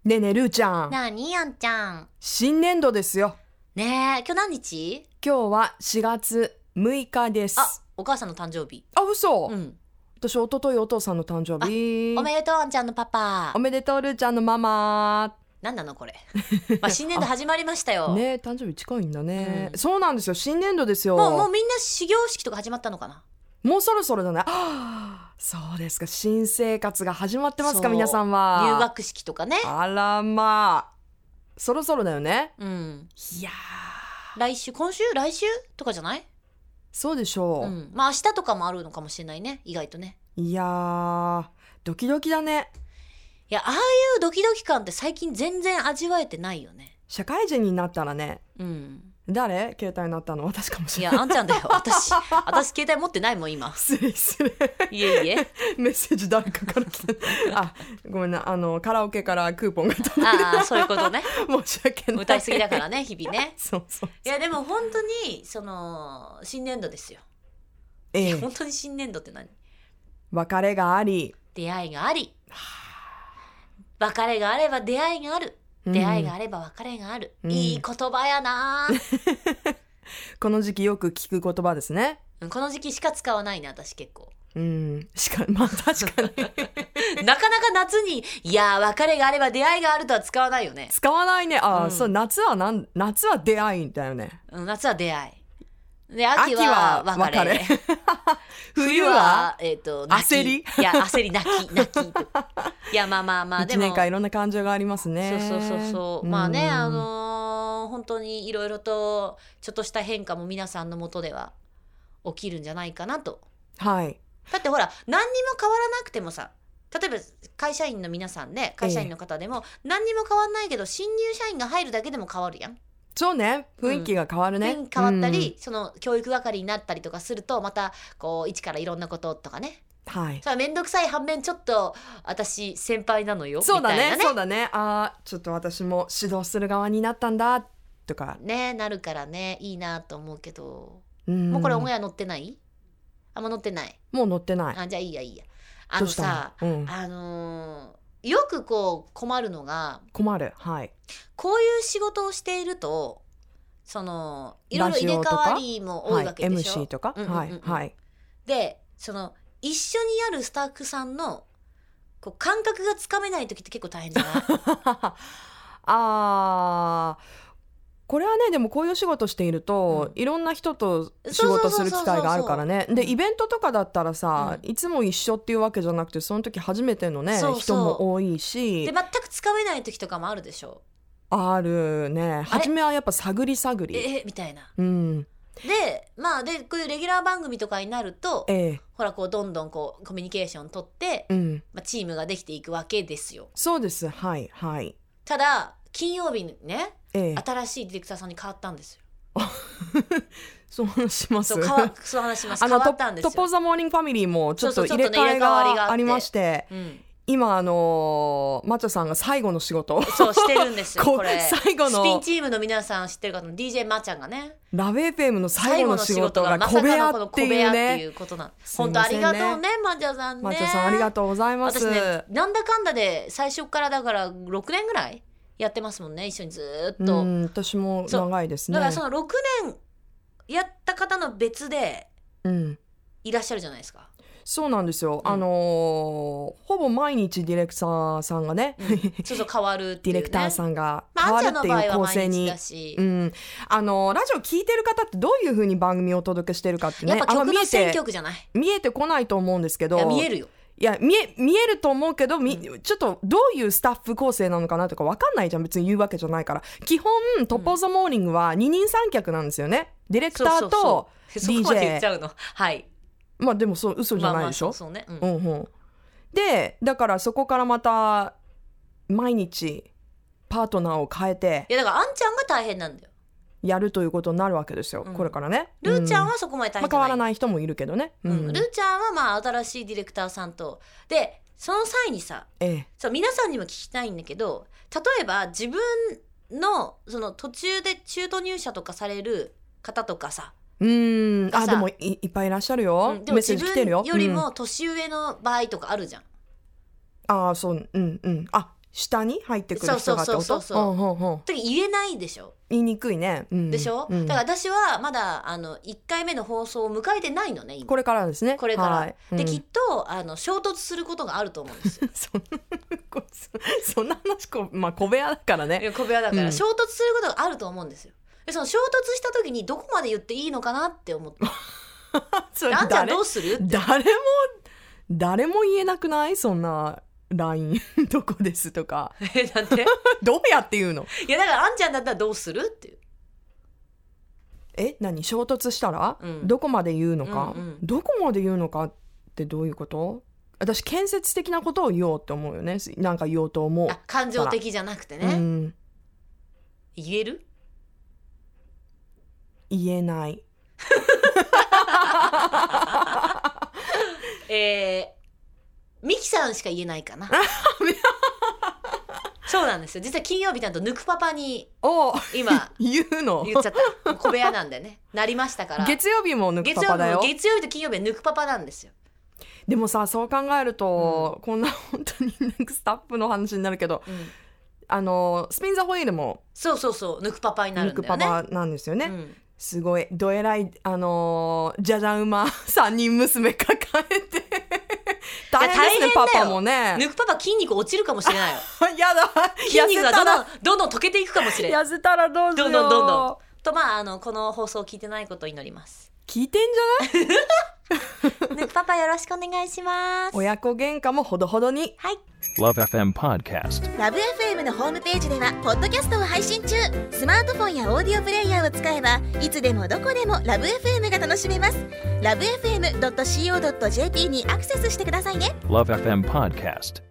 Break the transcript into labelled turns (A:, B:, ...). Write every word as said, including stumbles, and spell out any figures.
A: ねえねえルーちゃん、
B: なにあんちゃん。
A: 新年度ですよ。
B: ねえ、今日何日？
A: 今日はしがつむいかです。
B: あ、お母さんの誕生日。
A: あ、嘘、
B: うん、
A: 私一昨日お父さんの誕生日。
B: おめでとうあんちゃんのパパ。
A: おめでとうルーちゃんのママ。
B: なんなのこれまあ新年度始まりましたよ。
A: ねえ、誕生日近いんだね、
B: うん、
A: そうなんですよ、新年度ですよ。
B: もう、もうみんな始業式とか始まったのかな。
A: もうそろそろだね。あ、そうですか、新生活が始まってますか皆さんは。
B: 入学式とかね。
A: あらまあ、そろそろだよね。
B: うん、
A: いやー、
B: 来週今週来週とかじゃない？
A: そうでしょう、
B: うん、まあ明日とかもあるのかもしれないね、意外とね。
A: いやー、ドキドキだね。
B: いや、ああいうドキドキ感って最近全然味わえてないよね。
A: 社会人になったらね。
B: うん。
A: 誰？携帯になったの私かもしれない。
B: いや、あんちゃんだよ。私私携帯持ってないもん今。
A: 失礼失礼。
B: いえいえ。
A: メッセージ誰かから来てあ、ごめんな、あのカラオケからクーポンが届いて。
B: ああ、そういうことね。
A: 申し訳ない。
B: 歌いすぎだからね、日々ね。
A: そうそうそう。
B: いやでも本当にその新年度ですよ。
A: ええ、
B: いや本当に新年度って何？
A: 別れがあり、
B: 出会いがあり、別れがあれば出会いがある、出会いがあれば別れがある、うん、いい言葉やな
A: この時期よく聞く言葉ですね。
B: この時期しか使わないね、私結構。
A: うん、しか、まあ確かに
B: なかなか夏にいや別れがあれば出会いがあるとは使わないよね。
A: 使わないね。あ、うん、そう、夏はなん夏は出会いだよね。
B: 夏は出会いで、秋は別れ、別れ冬は、えー、と
A: 焦り、
B: いや焦り泣き泣きいやまあまあまあ、でも
A: いちねんかんいろんな感情がありますね。
B: そうそうそうそう、まあね、あのー、本当にいろいろとちょっとした変化も皆さんのもとでは起きるんじゃないかなと。
A: はい。
B: だってほら何にも変わらなくてもさ、例えば会社員の皆さんで、会社員の方でも何にも変わんないけど、新入社員が入るだけでも変わるやん。
A: そうね、雰囲気が変わるね、
B: うん、雰囲気変わったり、うん、その教育係になったりとかすると、またこう一からいろんなこととかね、
A: はい、
B: それは面倒くさい反面ちょっと私先輩なのよ
A: そうだね、
B: みたいなね、
A: そうだね、あ、ちょっと私も指導する側になったんだとか
B: ね、なるからね、いいなと思うけど、うん、もうこれオンエア載ってない？あ、もう載ってない。
A: もう載ってない。
B: あ、じゃあいいやいいや。あのさ、うん、あのーよくこう困るのが、
A: 困る、はい、
B: こういう仕事をしていると、そのいろいろ入れ替わりも多いわけでしょ、はい、エムシー とか、うんうんうん、はいはい、で、その一緒にやるスタッフさんのこう感覚がつかめない時って結構大変じゃない？
A: あー、これはね、でもこういう仕事していると、うん、いろんな人と仕事する機会があるからね。で、イベントとかだったらさ、うん、いつも一緒っていうわけじゃなくて、その時初めてのね、そうそう人も多いし、
B: で全くつかめない時とかもあるでしょ。
A: あるね。初めはやっぱ探り探り、
B: ええみたいな、
A: うん、
B: で、まあでこういうレギュラー番組とかになると、ええ、ほらこうどんどんこうコミュニケーション取って、うん、まあ、チームができていくわけですよ。
A: そうです、はいはい。
B: ただ金曜日にね、ええ、新しいディレクターさんに変わったんですよ。
A: そう話します。
B: そう、かそう話します。変わったんですよ。
A: トポザモーニングファミリーもちょっと入れ替えがありまして、うん、今あのー、マチョさんが最後の仕事を
B: そうしてるんですよ。これ
A: 最後の
B: スピンチームの皆さん知ってる方の ディージェー マちゃんがね、
A: ラブ エフエム の最後の仕事が小部屋っていうね、
B: っていうことなん。本当ありがとうね、マチョさんね。
A: マチョさんありがとうございます。
B: 私ね、なんだかんだで最初からだからろくねんぐらいやってますもんね、一緒にずっと。うん、
A: 私も長いですね。
B: だからそのろくねんやった方の別でいらっしゃるじゃないですか。
A: うん、そうなんですよ、うん、あのー、ほぼ毎日ディレクターさんがね、うん、
B: そうそう変わるっていう、ね、
A: ディレクターさんが変わるっていう構成に、うん、あのー、ラジオ聞いてる方ってどういう風に番組をお届けしてるかってね、
B: やっぱ曲の選曲じゃない、
A: 見えてこないと思うんですけど、
B: いや見えるよ、
A: いや 見え、見えると思うけど、み、うん、ちょっとどういうスタッフ構成なのかなとか分かんないじゃん、別に言うわけじゃないから。基本トップオブザモーニングは二人三脚なんですよね、ディレクターと ディージェー。
B: そこまで言っちゃうの、はい。
A: まあでもそう嘘じゃないでしょ、まあまあそうそうね、うん、うんうん、でだからそこからまた毎日パートナーを変えて、
B: いやだからあんちゃんが大変なんだよ、
A: やるということになるわけですよ、うん、これからね。
B: ルーちゃんはそこまで大変じゃない、
A: まあ、変わらない人もいるけどね、
B: うんうん、ルーちゃんはまあ新しいディレクターさんとで、その際にさ、ええ、そう皆さんにも聞きたいんだけど、例えば自分のその途中で中途入社とかされる方とかさ、
A: うーん、あでも い, いっぱいいらっしゃるよ、うん、でもメッセージ来てるよ。
B: 自分よりも年上の場合とかあるじゃん、
A: うん、あそう、うんうん、あ下に入ってくる人がってこと？
B: そうそうそうそう、
A: ほうほうほう。
B: だから言えないでしょ。
A: 言いにくいね、うん、
B: でしょ、
A: うん、
B: だから私はまだあのいっかいめの放送を迎えてないのね今。
A: これからですね。
B: これから、
A: はいうん、
B: できっとあの衝突することがあると思うんですよ
A: そんなそんな話こ、まあ、小部屋だからね。
B: いや小部屋だから、
A: うん、
B: 衝突することがあると思うんですよ。でその衝突した時にどこまで言っていいのかなって思って
A: それ
B: あんちゃんどうするって
A: 誰も誰も言えなくない？そんなライン どこですとか
B: えなんて
A: どうやって言うの？
B: いやだからあんちゃんだったらどうするっていう。
A: え何衝突したら、うん、どこまで言うのか、うんうん、どこまで言うのかってどういうこと？私建設的なことを言おうって思うよね。なんか言おうと思う。
B: あ感情的じゃなくてね、うん、言える？
A: 言えない
B: えー、ミキさんしか言えないかなそうなんですよ。実は金曜日ちゃんとぬくパパに今
A: 言うの
B: 言っちゃった小部屋なんでねなりましたから。
A: 月曜日もぬくパパだよ。
B: 月曜日と金曜日はぬくパパなんですよ。
A: でもさそう考えると、うん、こんな本当になんかスタッフの話になるけど、うん、あのスピンザホイールも
B: そうそうそうぬくパパになるんだよね。
A: ぬくパパなんですよね、うん、すごいどえらいあのじゃじゃ馬さんにん娘抱えて大変ですね。パパもね
B: ぬくパパ筋肉落ちるかもしれないよ
A: やだ
B: 筋肉がどんどんどんどん溶けていくかもしれない。
A: 痩せたらどうしよう。
B: どんどんどんどんとまああのこの放送を聞いてないことを祈ります。
A: 聞いてんじゃない
B: ぬくパパよろしくお願いします。
A: 親子喧嘩もほどほどに。
B: はい。
C: Love エフエム Podcast。
D: ラブ エフエム のホームページではポッドキャストを配信中。スマートフォンやオーディオプレイヤーを使えばいつでもどこでもラブ エフエム が楽しめます。ラブエフエムドットシーオードットジェーピー にアクセスしてくださいね。
C: Love エフエム Podcast。